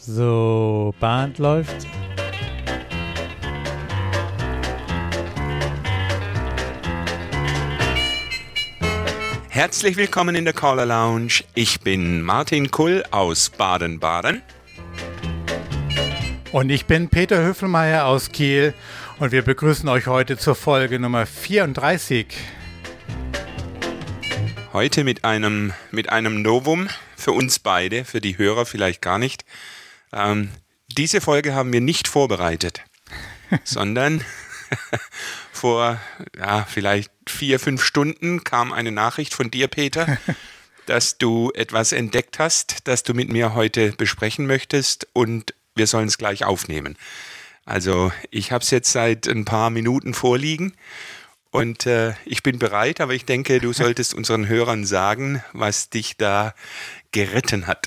So, Band läuft. Herzlich willkommen in der Caller Lounge. Ich bin Martin Kull aus Baden-Baden. Und ich bin Peter Höfelmeier aus Kiel und wir begrüßen euch heute zur Folge Nummer 34. Heute mit einem Novum für uns beide, für die Hörer vielleicht gar nicht. Diese Folge haben wir nicht vorbereitet, sondern vor vielleicht 4-5 Stunden kam eine Nachricht von dir, Peter, dass du etwas entdeckt hast, das du mit mir heute besprechen möchtest und wir sollen es gleich aufnehmen. Also ich habe es jetzt seit ein paar Minuten vorliegen und ich bin bereit, aber ich denke, du solltest unseren Hörern sagen, was dich da geritten hat.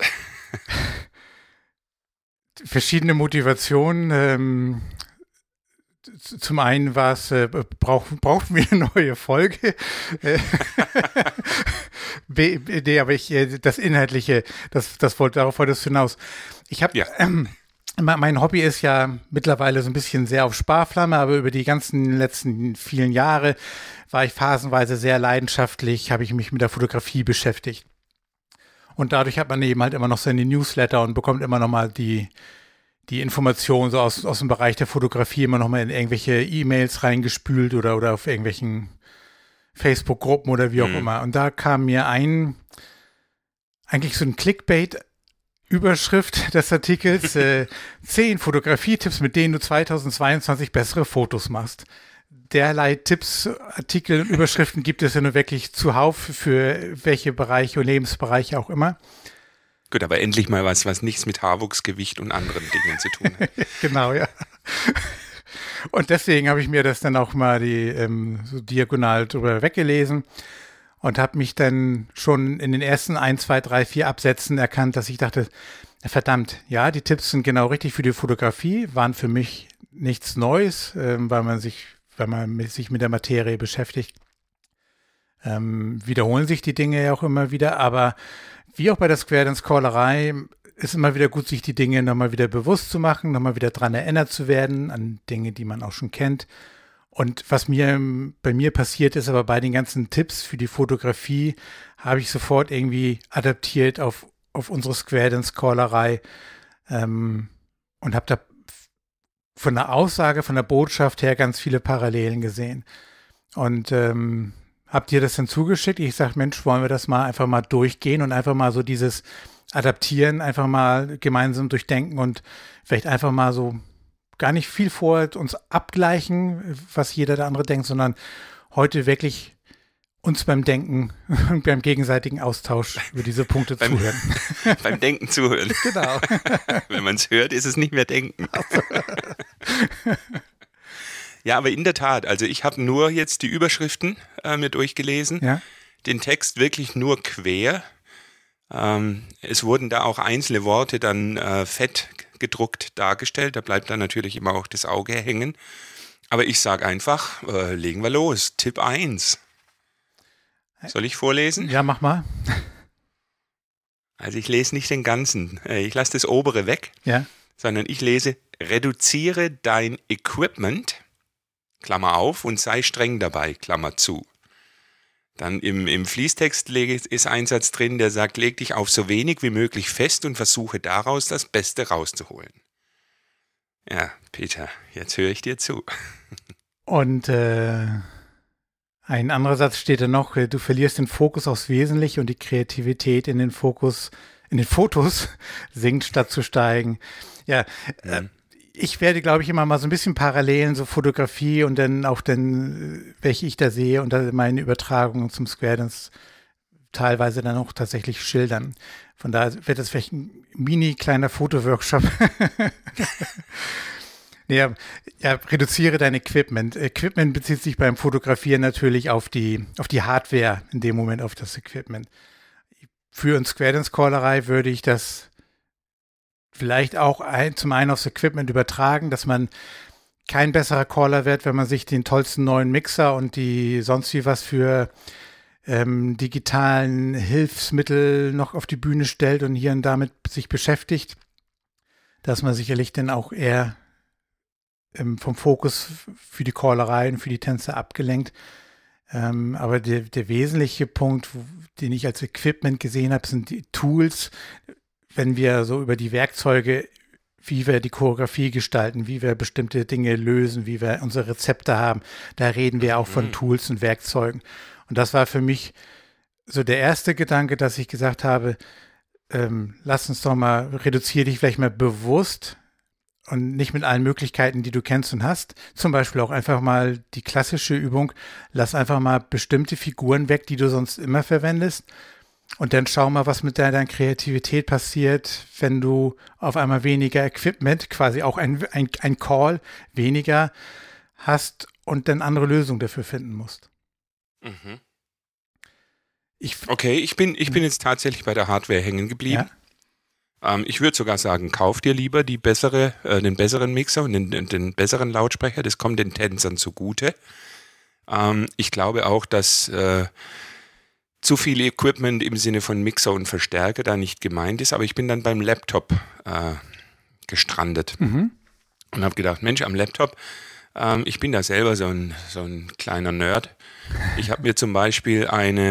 Verschiedene Motivationen. Zum einen war es, brauchen wir eine neue Folge? Nee, aber das Inhaltliche, darauf wolltest du hinaus. Ich habe, mein Hobby ist ja mittlerweile so ein bisschen sehr auf Sparflamme, aber über die ganzen letzten vielen Jahre war ich phasenweise sehr leidenschaftlich, habe ich mich mit der Fotografie beschäftigt. Und dadurch hat man eben halt immer noch seine Newsletter und bekommt immer noch mal die Informationen so aus dem Bereich der Fotografie immer noch mal in irgendwelche E-Mails reingespült oder auf irgendwelchen Facebook-Gruppen oder wie auch immer. Und da kam mir eigentlich so ein Clickbait-Überschrift des Artikels, 10 Fotografietipps, mit denen du 2022 bessere Fotos machst. Derlei Tipps, Artikel und Überschriften gibt es ja nur wirklich zuhauf für welche Bereiche und Lebensbereiche auch immer. Gut, aber endlich mal was nichts mit Haarwuchs, Gewicht und anderen Dingen zu tun hat. Genau, ja. Und deswegen habe ich mir das dann auch mal so diagonal drüber weggelesen und habe mich dann schon in den ersten 1, 2, 3, 4 Absätzen erkannt, dass ich dachte, verdammt, ja, die Tipps sind genau richtig für die Fotografie, waren für mich nichts Neues, weil man sich mit der Materie beschäftigt. Wiederholen sich die Dinge ja auch immer wieder, aber wie auch bei der Square Dance Callerei ist immer wieder gut, sich die Dinge nochmal wieder bewusst zu machen, nochmal wieder dran erinnert zu werden, an Dinge, die man auch schon kennt. Und was bei mir passiert ist, aber bei den ganzen Tipps für die Fotografie, habe ich sofort irgendwie adaptiert auf unsere Square Dance Callerei und habe da von der Aussage, von der Botschaft her ganz viele Parallelen gesehen. Und habt ihr das dann zugeschickt? Ich sage, Mensch, wollen wir das mal einfach mal durchgehen und einfach mal so dieses Adaptieren, einfach mal gemeinsam durchdenken und vielleicht einfach mal so gar nicht viel vorher uns abgleichen, was jeder der andere denkt, sondern heute wirklich uns beim Denken und beim gegenseitigen Austausch über diese Punkte zuhören. Beim Denken zuhören. Genau. Wenn man es hört, ist es nicht mehr Denken. Ja, aber in der Tat, also ich habe nur jetzt die Überschriften mir durchgelesen, Ja? Den Text wirklich nur quer. Es wurden da auch einzelne Worte dann fett gedruckt dargestellt, da bleibt dann natürlich immer auch das Auge hängen. Aber ich sage einfach, legen wir los, Tipp 1. Soll ich vorlesen? Ja, mach mal. Also ich lese nicht den ganzen, ich lasse das obere weg, Ja. sondern ich lese, reduziere dein Equipment, Klammer auf, und sei streng dabei, Klammer zu. Dann im Fließtext ist ein Satz drin, der sagt, leg dich auf so wenig wie möglich fest und versuche daraus das Beste rauszuholen. Ja, Peter, jetzt höre ich dir zu. Und ein anderer Satz steht da noch, du verlierst den Fokus aufs Wesentliche und die Kreativität in den Fotos sinkt statt zu steigen. Ja, ich werde, glaube ich, immer mal so ein bisschen Parallelen, so Fotografie und dann auch welche ich da sehe und dann meine Übertragungen zum Square Dance teilweise dann auch tatsächlich schildern. Von daher wird das vielleicht ein mini-kleiner Fotoworkshop. Ja, reduziere dein Equipment. Equipment bezieht sich beim Fotografieren natürlich auf die Hardware, in dem Moment auf das Equipment. Für eine Square Dance Callerei würde ich das vielleicht auch zum einen aufs Equipment übertragen, dass man kein besserer Caller wird, wenn man sich den tollsten neuen Mixer und die sonst wie was für digitalen Hilfsmittel noch auf die Bühne stellt und hier und damit sich beschäftigt. Da ist man sicherlich dann auch eher vom Fokus für die Callerei und für die Tänze abgelenkt. Aber der wesentliche Punkt, den ich als Equipment gesehen habe, sind die Tools, wenn wir so über die Werkzeuge, wie wir die Choreografie gestalten, wie wir bestimmte Dinge lösen, wie wir unsere Rezepte haben, da reden wir auch von Tools und Werkzeugen. Und das war für mich so der erste Gedanke, dass ich gesagt habe, lass uns doch mal, reduziere dich vielleicht mal bewusst und nicht mit allen Möglichkeiten, die du kennst und hast. Zum Beispiel auch einfach mal die klassische Übung, lass einfach mal bestimmte Figuren weg, die du sonst immer verwendest. Und dann schau mal, was mit deiner Kreativität passiert, wenn du auf einmal weniger Equipment, quasi auch ein Call weniger hast und dann andere Lösungen dafür finden musst. Mhm. Okay, ich bin jetzt tatsächlich bei der Hardware hängen geblieben. Ja. Ich würde sogar sagen, kauf dir lieber den besseren Mixer und den besseren Lautsprecher. Das kommt den Tänzern zugute. Ich glaube auch, dass zu viel Equipment im Sinne von Mixer und Verstärker da nicht gemeint ist. Aber ich bin dann beim Laptop gestrandet und habe gedacht, Mensch, am Laptop, ich bin da selber so ein kleiner Nerd. Ich habe mir zum Beispiel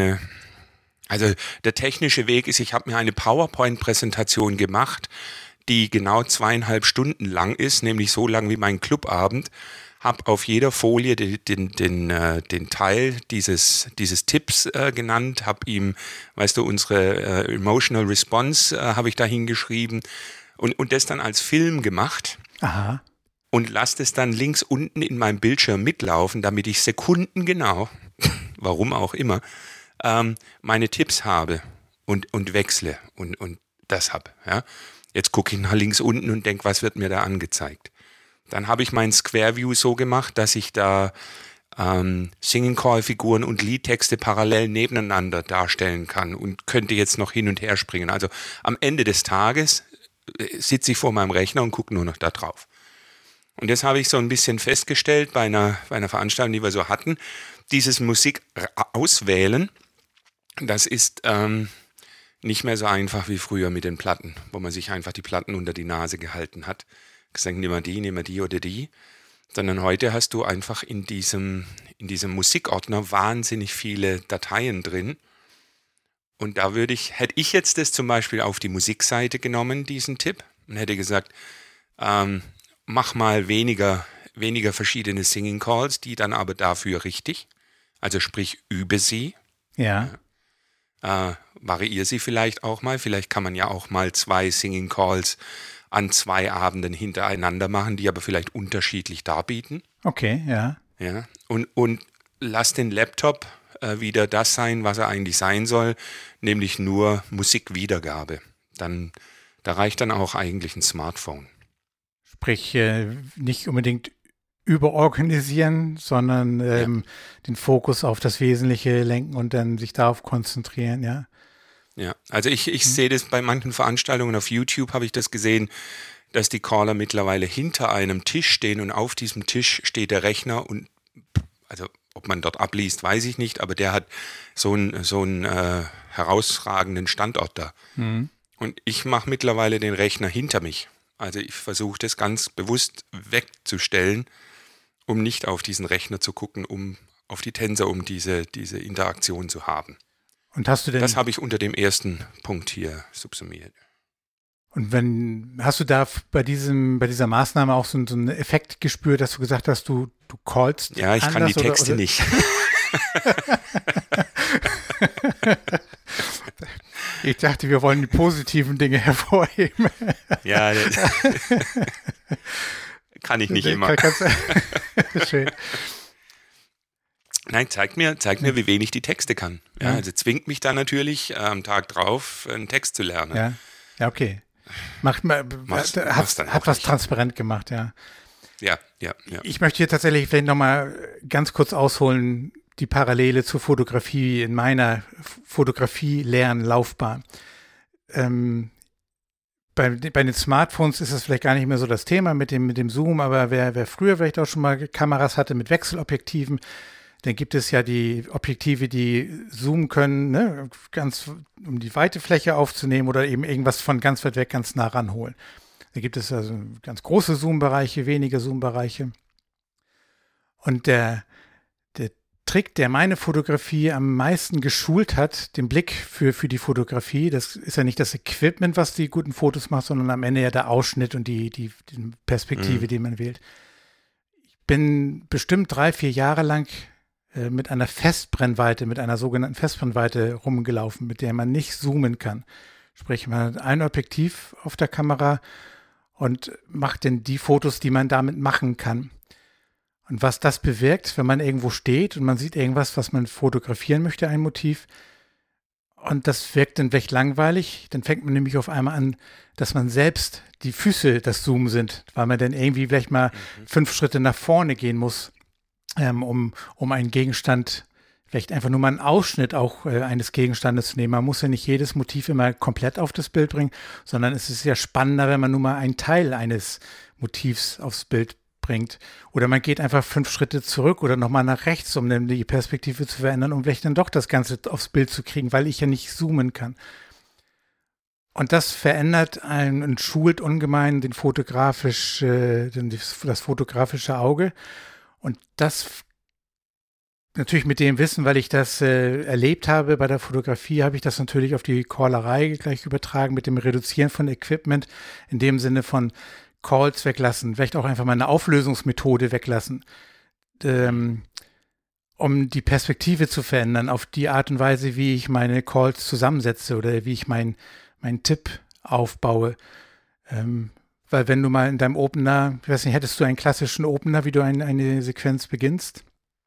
also der technische Weg ist, ich habe mir eine PowerPoint-Präsentation gemacht, die genau 2,5 Stunden lang ist, nämlich so lang wie mein Clubabend, habe auf jeder Folie den Teil dieses Tipps genannt, habe ihm, weißt du, unsere Emotional Response habe ich da hingeschrieben und das dann als Film gemacht. Aha. Und lasse es dann links unten in meinem Bildschirm mitlaufen, damit ich sekundengenau, warum auch immer, meine Tipps habe und wechsle und das habe. Ja? Jetzt gucke ich nach links unten und denke, was wird mir da angezeigt? Dann habe ich meinen Square View so gemacht, dass ich da Singing Call Figuren und Liedtexte parallel nebeneinander darstellen kann und könnte jetzt noch hin und her springen. Also am Ende des Tages sitze ich vor meinem Rechner und gucke nur noch da drauf. Und das habe ich so ein bisschen festgestellt bei einer Veranstaltung, die wir so hatten. Dieses Musik auswählen, das ist nicht mehr so einfach wie früher mit den Platten, wo man sich einfach die Platten unter die Nase gehalten hat. Gesagt, nimm mal die oder die. Sondern heute hast du einfach in diesem Musikordner wahnsinnig viele Dateien drin. Und da hätte ich jetzt das zum Beispiel auf die Musikseite genommen, diesen Tipp, und hätte gesagt, mach mal weniger verschiedene Singing Calls, die dann aber dafür richtig. Also sprich, übe sie. Ja. Variiere sie vielleicht auch mal. Vielleicht kann man ja auch mal 2 Singing Calls an 2 Abenden hintereinander machen, die aber vielleicht unterschiedlich darbieten. Okay, ja. Ja. Und lass den Laptop wieder das sein, was er eigentlich sein soll, nämlich nur Musikwiedergabe. Da reicht dann auch eigentlich ein Smartphone. Sprich, nicht unbedingt überorganisieren, sondern den Fokus auf das Wesentliche lenken und dann sich darauf konzentrieren, ja. Ja, also ich sehe das bei manchen Veranstaltungen auf YouTube, habe ich das gesehen, dass die Caller mittlerweile hinter einem Tisch stehen und auf diesem Tisch steht der Rechner und also ob man dort abliest, weiß ich nicht, aber der hat so einen herausragenden Standort da. Mhm. Und ich mache mittlerweile den Rechner hinter mich. Also ich versuche das ganz bewusst wegzustellen, um nicht auf diesen Rechner zu gucken, um auf die Tänzer, um diese Interaktion zu haben. Und hast du denn? Das habe ich unter dem ersten Punkt hier subsumiert. Und hast du da bei dieser Maßnahme auch so einen Effekt gespürt, dass du gesagt hast, du callst? Ja, ich kann die Texte oder? Nicht. Ich dachte, wir wollen die positiven Dinge hervorheben. Ja, kann ich nicht immer. Schön. Nein, zeig mir, wie wenig die Texte kann. Ja, also zwingt mich da natürlich am Tag drauf, einen Text zu lernen. Ja, okay. Hat was transparent gemacht, ja. Ja. Ich möchte hier tatsächlich vielleicht nochmal ganz kurz ausholen, die Parallele zur Fotografie in meiner Fotografie-Lernlaufbahn. Bei den Smartphones ist das vielleicht gar nicht mehr so das Thema mit dem Zoom, aber wer früher vielleicht auch schon mal Kameras hatte mit Wechselobjektiven, dann gibt es ja die Objektive, die zoomen können, ne, ganz um die weite Fläche aufzunehmen oder eben irgendwas von ganz weit weg ganz nah ranholen. Da gibt es also ganz große Zoom-Bereiche, wenige Zoom-Bereiche. Und der Trick, der meine Fotografie am meisten geschult hat, den Blick für die Fotografie, das ist ja nicht das Equipment, was die guten Fotos macht, sondern am Ende ja der Ausschnitt und die Perspektive, die man wählt. Ich bin bestimmt 3-4 Jahre lang mit einer sogenannten Festbrennweite rumgelaufen, mit der man nicht zoomen kann. Sprich, man hat ein Objektiv auf der Kamera und macht dann die Fotos, die man damit machen kann. Und was das bewirkt, wenn man irgendwo steht und man sieht irgendwas, was man fotografieren möchte, ein Motiv, und das wirkt dann recht langweilig, dann fängt man nämlich auf einmal an, dass man selbst die Füße das Zoom sind, weil man dann irgendwie vielleicht mal 5 Schritte nach vorne gehen muss, um einen Gegenstand, vielleicht einfach nur mal einen Ausschnitt auch eines Gegenstandes zu nehmen. Man muss ja nicht jedes Motiv immer komplett auf das Bild bringen, sondern es ist ja spannender, wenn man nur mal einen Teil eines Motivs aufs Bild bringt. Oder man geht einfach 5 Schritte zurück oder nochmal nach rechts, um dann die Perspektive zu verändern, um vielleicht dann doch das Ganze aufs Bild zu kriegen, weil ich ja nicht zoomen kann. Und das verändert und schult ungemein das fotografische Auge. Und das natürlich mit dem Wissen, weil ich das erlebt habe bei der Fotografie, habe ich das natürlich auf die Callerei gleich übertragen mit dem Reduzieren von Equipment, in dem Sinne von Calls weglassen, vielleicht auch einfach mal eine Auflösungsmethode weglassen, um die Perspektive zu verändern auf die Art und Weise, wie ich meine Calls zusammensetze oder wie ich meinen Tipp aufbaue. Weil wenn du mal in deinem Opener, ich weiß nicht, hättest du einen klassischen Opener, wie du eine Sequenz beginnst?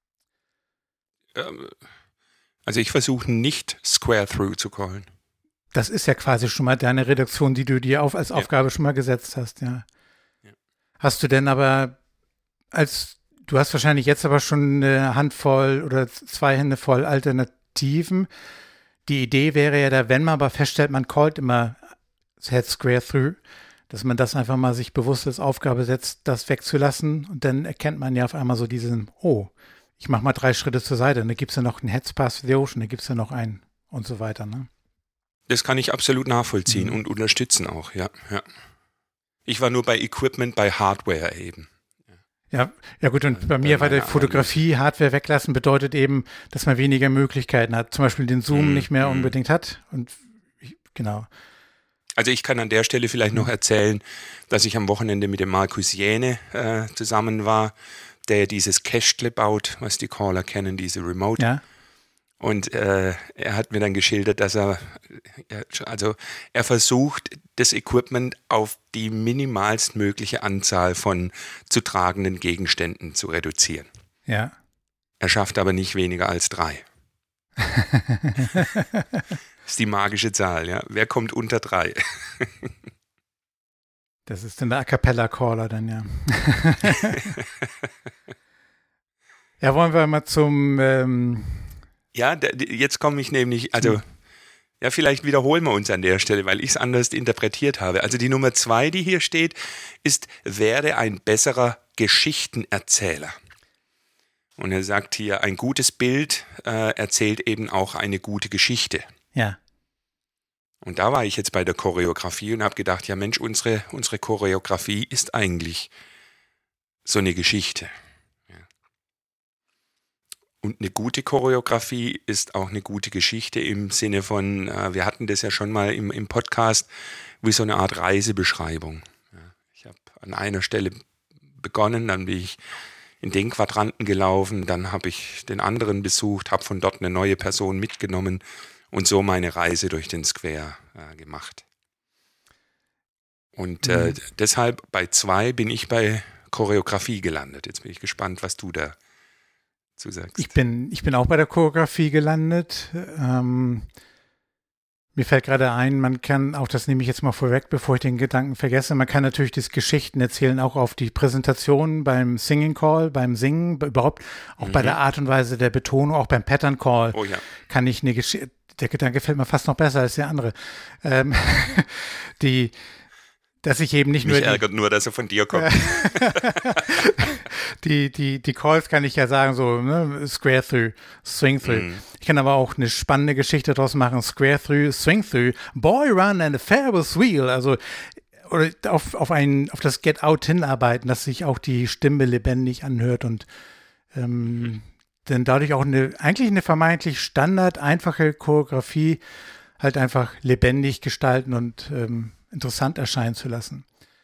Also ich versuche nicht Square Through zu callen. Das ist ja quasi schon mal deine Reduktion, die du dir als Aufgabe schon mal gesetzt hast, ja. Hast du denn aber du hast wahrscheinlich jetzt aber schon eine Handvoll oder 2 Hände voll Alternativen. Die Idee wäre ja da, wenn man aber feststellt, man callt immer Head Square Through, dass man das einfach mal sich bewusst als Aufgabe setzt, das wegzulassen, und dann erkennt man ja auf einmal so diesen, ich mache mal 3 Schritte zur Seite, und da gibt es ja noch einen Heads Past the Ocean, da gibt es ja noch einen und so weiter, ne? Das kann ich absolut nachvollziehen und unterstützen auch, ja. Ich war nur bei Equipment, bei Hardware eben. Ja gut, und bei mir war der Fotografie Hardware weglassen bedeutet eben, dass man weniger Möglichkeiten hat, zum Beispiel den Zoom nicht mehr unbedingt hat, und genau. Also ich kann an der Stelle vielleicht noch erzählen, dass ich am Wochenende mit dem Markus Jähne zusammen war, der dieses Cashtle baut, was die Caller kennen, diese Remote. Ja. Und er hat mir dann geschildert, dass er versucht, das Equipment auf die minimalstmögliche Anzahl von zu tragenden Gegenständen zu reduzieren. Ja. Er schafft aber nicht weniger als 3. Das ist die magische Zahl, ja. Wer kommt unter 3? Das ist dann der A Cappella Caller dann, ja. Ja, wollen wir mal zum jetzt komme ich nämlich, vielleicht wiederholen wir uns an der Stelle, weil ich es anders interpretiert habe. Also die Nummer 2, die hier steht, ist, werde ein besserer Geschichtenerzähler. Und er sagt hier, ein gutes Bild erzählt eben auch eine gute Geschichte. Ja. Und da war ich jetzt bei der Choreografie und habe gedacht, ja Mensch, unsere Choreografie ist eigentlich so eine Geschichte. Und eine gute Choreografie ist auch eine gute Geschichte im Sinne von, wir hatten das ja schon mal im Podcast, wie so eine Art Reisebeschreibung. Ja, ich habe an einer Stelle begonnen, dann bin ich in den Quadranten gelaufen, dann habe ich den anderen besucht, habe von dort eine neue Person mitgenommen und so meine Reise durch den Square gemacht. Und deshalb bei 2 bin ich bei Choreografie gelandet. Jetzt bin ich gespannt, was du da zu sagst. Ich bin auch bei der Choreografie gelandet. Mir fällt gerade ein, man kann, auch das nehme ich jetzt mal vorweg, bevor ich den Gedanken vergesse, man kann natürlich das Geschichten erzählen, auch auf die Präsentation beim Singing Call, beim Singen, überhaupt auch bei der Art und Weise der Betonung, auch beim Pattern Call kann ich eine Geschichte, der Gedanke gefällt mir fast noch besser als der andere. Dass ich eben nicht Mich ärgert nur, dass er von dir kommt. Die Calls kann ich ja sagen, so, ne, Square Through, Swing Through. Ich kann aber auch eine spannende Geschichte daraus machen, Square Through, Swing Through, Boy Run and a Ferris Wheel. Also, oder auf das Get Out hinarbeiten, dass sich auch die Stimme lebendig anhört und dann dadurch auch eigentlich eine vermeintlich einfache Choreografie halt einfach lebendig gestalten und interessant erscheinen zu lassen.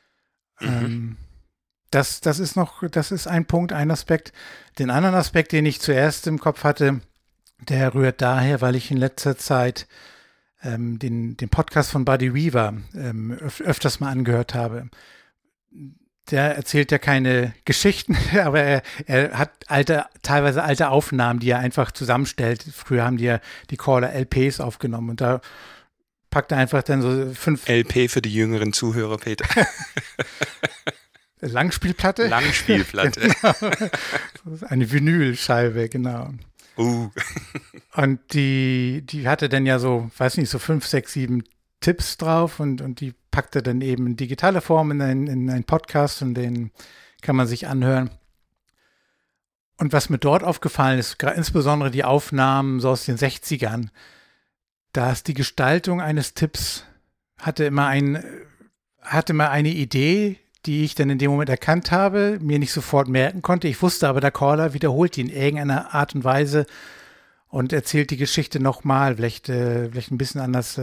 Das ist ein Punkt, ein Aspekt. Den anderen Aspekt, den ich zuerst im Kopf hatte, der rührt daher, weil ich in letzter Zeit den Podcast von Buddy Weaver öfters mal angehört habe. Der erzählt ja keine Geschichten, aber er hat teilweise alte Aufnahmen, die er einfach zusammenstellt. Früher haben die ja die Caller LPs aufgenommen und da packt er einfach dann so 5 LP für die jüngeren Zuhörer, Peter. Langspielplatte? Langspielplatte. Genau. Eine Vinylscheibe, genau. Und die hatte dann ja so, weiß nicht, so 5, 6, 7 Tipps drauf und die packte dann eben in digitaler Form in einen Podcast und den kann man sich anhören. Und was mir dort aufgefallen ist, insbesondere die Aufnahmen so aus den 60ern, da ist die Gestaltung eines Tipps, hatte immer eine Idee, die ich dann in dem Moment erkannt habe, mir nicht sofort merken konnte. Ich wusste aber, der Caller wiederholt die in irgendeiner Art und Weise und erzählt die Geschichte nochmal, vielleicht ein bisschen anders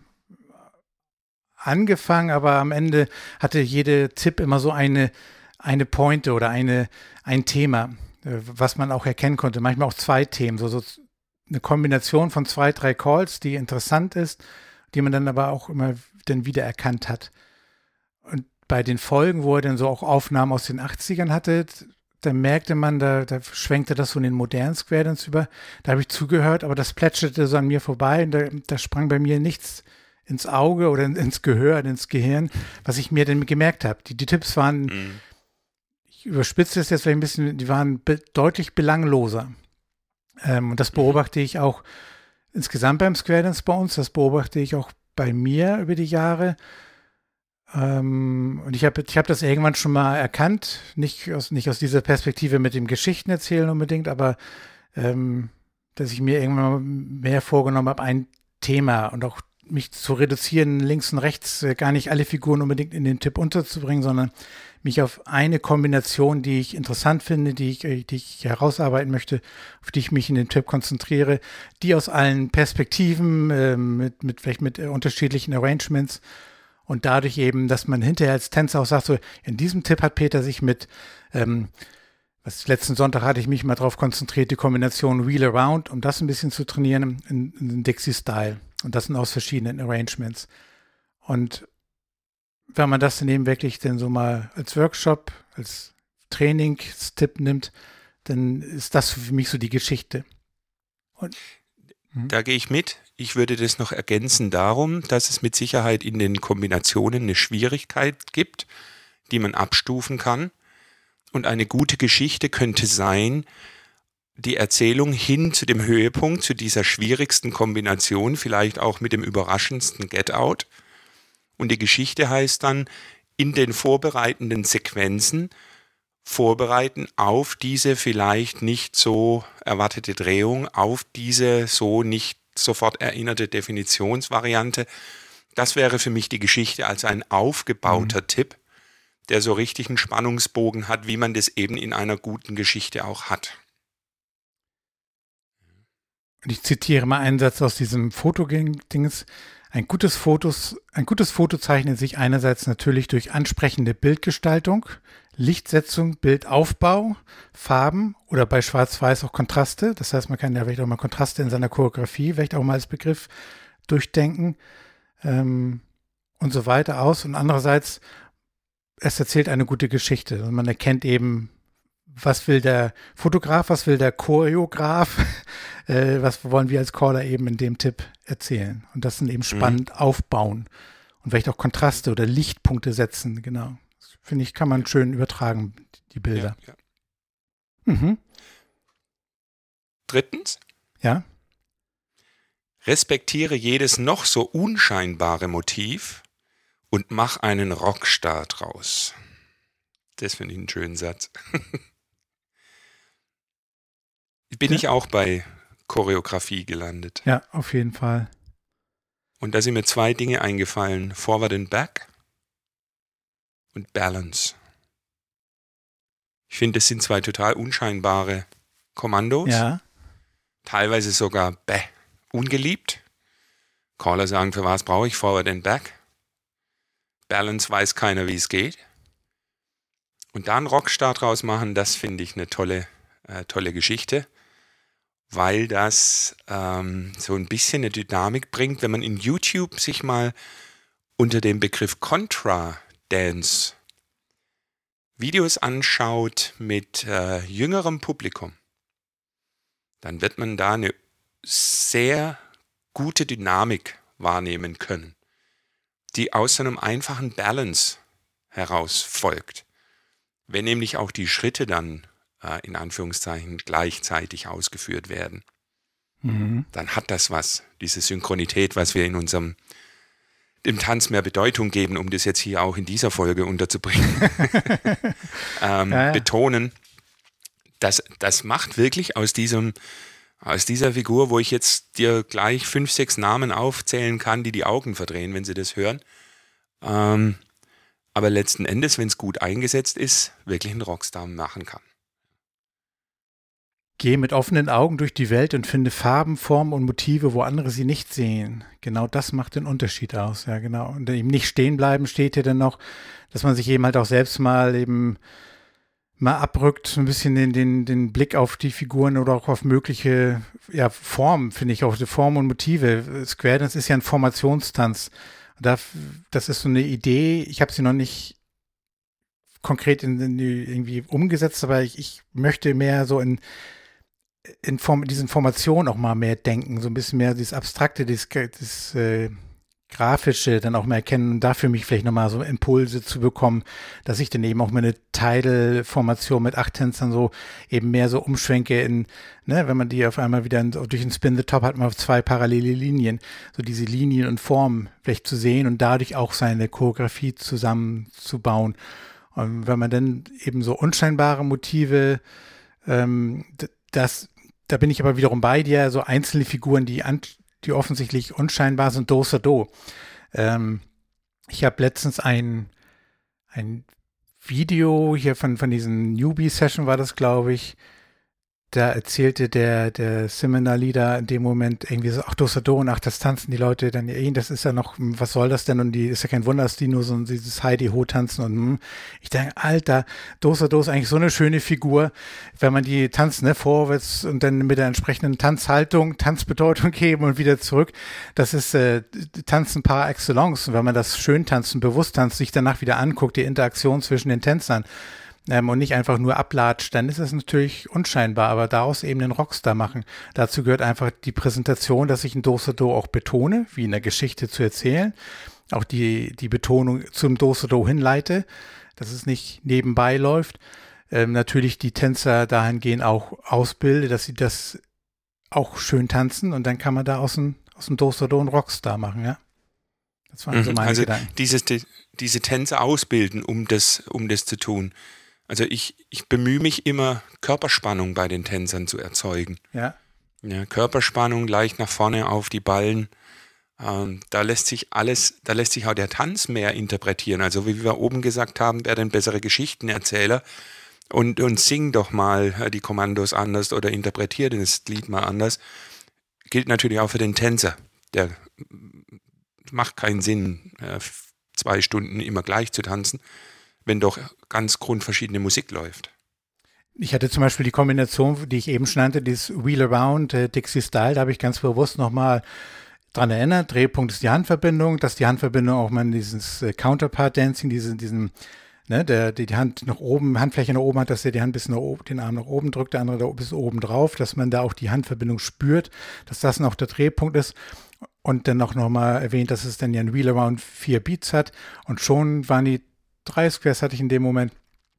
angefangen, aber am Ende hatte jede Tipp immer so eine Pointe oder ein Thema, was man auch erkennen konnte. Manchmal auch 2 Themen, so eine Kombination von 2, 3 Calls, die interessant ist, die man dann aber auch immer dann wieder erkannt hat. Und bei den Folgen, wo er dann so auch Aufnahmen aus den 80ern hatte, da merkte man, da schwenkte das so in den modernen Square Dance über. Da habe ich zugehört, aber das plätscherte so an mir vorbei und da sprang bei mir nichts ins Auge oder ins Gehör, ins Gehirn, was ich mir denn gemerkt habe. Die Tipps waren, ich überspitze das jetzt vielleicht ein bisschen, die waren deutlich belangloser. Und das beobachte ich auch insgesamt beim Square Dance bei uns, das beobachte ich auch bei mir über die Jahre. Und ich hab das irgendwann schon mal erkannt, nicht aus dieser Perspektive mit dem Geschichtenerzählen unbedingt, aber dass ich mir irgendwann mal mehr vorgenommen habe, ein Thema und auch mich zu reduzieren, links und rechts gar nicht alle Figuren unbedingt in den Tipp unterzubringen, sondern mich auf eine Kombination, die ich interessant finde, die ich herausarbeiten möchte, auf die ich mich in den Tipp konzentriere, die aus allen Perspektiven, vielleicht mit unterschiedlichen Arrangements und dadurch eben, dass man hinterher als Tänzer auch sagt, so in diesem Tipp hat Peter sich mit letzten Sonntag hatte ich mich mal darauf konzentriert, die Kombination Wheel Around, um das ein bisschen zu trainieren, in Dixie-Style. Und das sind aus verschiedenen Arrangements. Und wenn man das dann eben wirklich dann so mal als Workshop, als Trainingstipp nimmt, dann ist das für mich so die Geschichte. Da gehe ich mit. Ich würde das noch ergänzen darum, dass es mit Sicherheit in den Kombinationen eine Schwierigkeit gibt, die man abstufen kann. Und eine gute Geschichte könnte sein, die Erzählung hin zu dem Höhepunkt, zu dieser schwierigsten Kombination, vielleicht auch mit dem überraschendsten Get-Out. Und die Geschichte heißt dann, in den vorbereitenden Sequenzen vorbereiten auf diese vielleicht nicht so erwartete Drehung, auf diese so nicht sofort erinnerte Definitionsvariante. Das wäre für mich die Geschichte als ein aufgebauter Tipp, der so richtig einen Spannungsbogen hat, wie man das eben in einer guten Geschichte auch hat. Und ich zitiere mal einen Satz aus diesem Fotodings. Ein gutes Foto zeichnet sich einerseits natürlich durch ansprechende Bildgestaltung, Lichtsetzung, Bildaufbau, Farben oder bei Schwarz-Weiß auch Kontraste. Das heißt, man kann ja vielleicht auch mal Kontraste in seiner Choreografie, vielleicht auch mal als Begriff durchdenken und so weiter aus. Und andererseits, es erzählt eine gute Geschichte. Und man erkennt eben, was will der Fotograf, was will der Choreograf, was wollen wir als Caller eben in dem Tipp erzählen. Und das dann eben spannend aufbauen und vielleicht auch Kontraste oder Lichtpunkte setzen, genau. Das, finde ich, kann man schön übertragen, die Bilder. Ja. Drittens. Ja. Respektiere jedes noch so unscheinbare Motiv und mach einen Rockstar draus. Das finde ich einen schönen Satz. Bin ich auch bei Choreografie gelandet. Ja, auf jeden Fall. Und da sind mir 2 Dinge eingefallen. Forward and Back und Balance. Ich finde, das sind zwei total unscheinbare Kommandos. Ja. Teilweise sogar ungeliebt. Caller sagen, für was brauche ich Forward and Back? Balance weiß keiner, wie es geht. Und da einen Rockstar draus machen, das finde ich eine tolle Geschichte, weil das so ein bisschen eine Dynamik bringt, wenn man in YouTube sich mal unter dem Begriff Contra-Dance Videos anschaut mit jüngerem Publikum, dann wird man da eine sehr gute Dynamik wahrnehmen können, die aus so einem einfachen Balance heraus folgt. Wenn nämlich auch die Schritte dann in Anführungszeichen gleichzeitig ausgeführt werden, dann hat das was, diese Synchronität, was wir in dem Tanz mehr Bedeutung geben, um das jetzt hier auch in dieser Folge unterzubringen, betonen. Das macht wirklich aus dieser Figur, wo ich jetzt dir gleich 5, 6 Namen aufzählen kann, die Augen verdrehen, wenn sie das hören. Aber letzten Endes, wenn es gut eingesetzt ist, wirklich einen Rockstar machen kann. Geh mit offenen Augen durch die Welt und finde Farben, Formen und Motive, wo andere sie nicht sehen. Genau das macht den Unterschied aus, ja genau. Und eben nicht stehen bleiben steht hier dann noch, dass man sich eben halt auch selbst mal abrückt, so ein bisschen den Blick auf die Figuren oder auch auf mögliche Formen, finde ich, auch die Formen und Motive. Square Dance ist ja ein Formationstanz. Das ist so eine Idee, ich habe sie noch nicht konkret irgendwie umgesetzt, aber ich möchte mehr so in diesen Formationen auch mal mehr denken, so ein bisschen mehr dieses Abstrakte, dieses Grafische dann auch mehr erkennen und dafür mich vielleicht nochmal so Impulse zu bekommen, dass ich dann eben auch meine Tidal-Formation mit 8 Tänzern so eben mehr so umschwenke wenn man die auf einmal wieder durch den Spin the Top hat man auf 2 parallele Linien, so diese Linien und Formen vielleicht zu sehen und dadurch auch seine Choreografie zusammenzubauen. Und wenn man dann eben so unscheinbare Motive, da bin ich aber wiederum bei dir, so einzelne Figuren, die offensichtlich unscheinbar sind, Do. Ich habe letztens ein Video hier von diesen Newbie-Session war das, glaube ich, da erzählte der Seminar-Leader in dem Moment irgendwie so, ach, Do und ach, das tanzen die Leute dann, das ist ja noch, was soll das denn? Und ist ja kein Wunder, dass die nur so dieses Heidi-Ho tanzen und ich denke, Alter, Do ist eigentlich so eine schöne Figur, wenn man die tanzt, vorwärts und dann mit der entsprechenden Tanzhaltung, Tanzbedeutung geben und wieder zurück, das ist Tanzen par excellence. Und wenn man das schön tanzt und bewusst tanzt, sich danach wieder anguckt, die Interaktion zwischen den Tänzern, und nicht einfach nur ablatscht, dann ist es natürlich unscheinbar, aber daraus eben den Rockstar machen. Dazu gehört einfach die Präsentation, dass ich ein Do auch betone, wie in der Geschichte zu erzählen, auch die Betonung zum Do hinleite, dass es nicht nebenbei läuft. Natürlich die Tänzer dahingehend auch ausbilde, dass sie das auch schön tanzen und dann kann man da aus dem Do einen Rockstar machen, ja. Das waren so meine Gedanken. Diese Tänzer ausbilden, um das zu tun. Also ich bemühe mich immer, Körperspannung bei den Tänzern zu erzeugen. Ja. Körperspannung leicht nach vorne auf die Ballen. Da lässt sich auch der Tanz mehr interpretieren. Also wie wir oben gesagt haben, wer denn bessere Geschichtenerzähler und sing doch mal die Kommandos anders oder interpretiert das Lied mal anders. Gilt natürlich auch für den Tänzer. Der macht keinen Sinn, 2 Stunden immer gleich zu tanzen, wenn doch ganz grundverschiedene Musik läuft. Ich hatte zum Beispiel die Kombination, die ich eben schon nannte, dieses Wheel Around, Dixie Style, da habe ich ganz bewusst nochmal dran erinnert. Drehpunkt ist die Handverbindung, dass die Handverbindung auch mal dieses Counterpart-Dancing, die Hand nach oben, Handfläche nach oben hat, dass er die Hand bis den Arm nach oben drückt, der andere da bis oben drauf, dass man da auch die Handverbindung spürt, dass das noch der Drehpunkt ist. Und dann noch mal erwähnt, dass es dann ja ein Wheel Around 4 Beats hat und schon waren die 3 Squares hatte ich in dem Moment,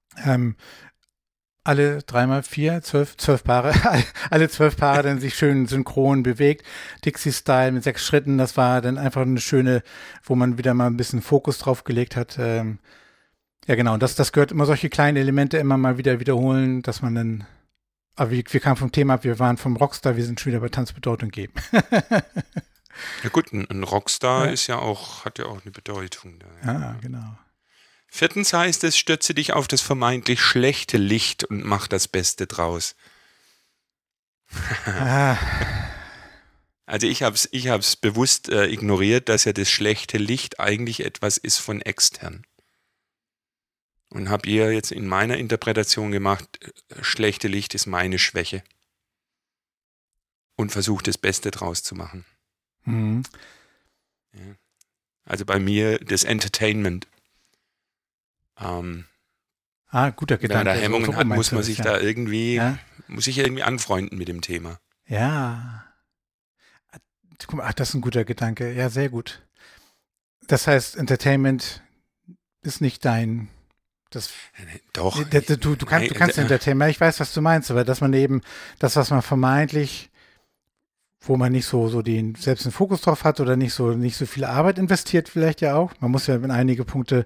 alle 3x4, 12 Paare, alle 12 Paare dann sich schön synchron bewegt. Dixie-Style mit 6 Schritten, das war dann einfach eine schöne, wo man wieder mal ein bisschen Fokus drauf gelegt hat. Ja genau, und das gehört immer, solche kleinen Elemente immer mal wieder wiederholen, dass man dann, aber wir kamen vom Thema ab, wir waren vom Rockstar, wir sind schon wieder bei Tanzbedeutung geben. Ja gut, ein Rockstar hat ja auch eine Bedeutung. Ja, genau. Viertens heißt es, stürze dich auf das vermeintlich schlechte Licht und mach das Beste draus. Also ich hab's bewusst ignoriert, dass ja das schlechte Licht eigentlich etwas ist von extern. Und habe ihr jetzt in meiner Interpretation gemacht, schlechte Licht ist meine Schwäche. Und versucht das Beste draus zu machen. Mhm. Ja. Also bei mir das Entertainment. Guter Gedanke. Wenn man da Hemmungen so hat, muss meinst du man das, sich ja. da irgendwie, Ja. muss sich irgendwie anfreunden mit dem Thema. Ja. Guck mal, das ist ein guter Gedanke. Ja, sehr gut. Das heißt, Entertainment ist nicht dein. Doch. Du kannst Entertainment. Ich weiß, was du meinst, aber dass man eben das, was man vermeintlich, wo man nicht so selbst einen Fokus drauf hat oder nicht so viel Arbeit investiert, vielleicht ja auch. Man muss ja in einige Punkte,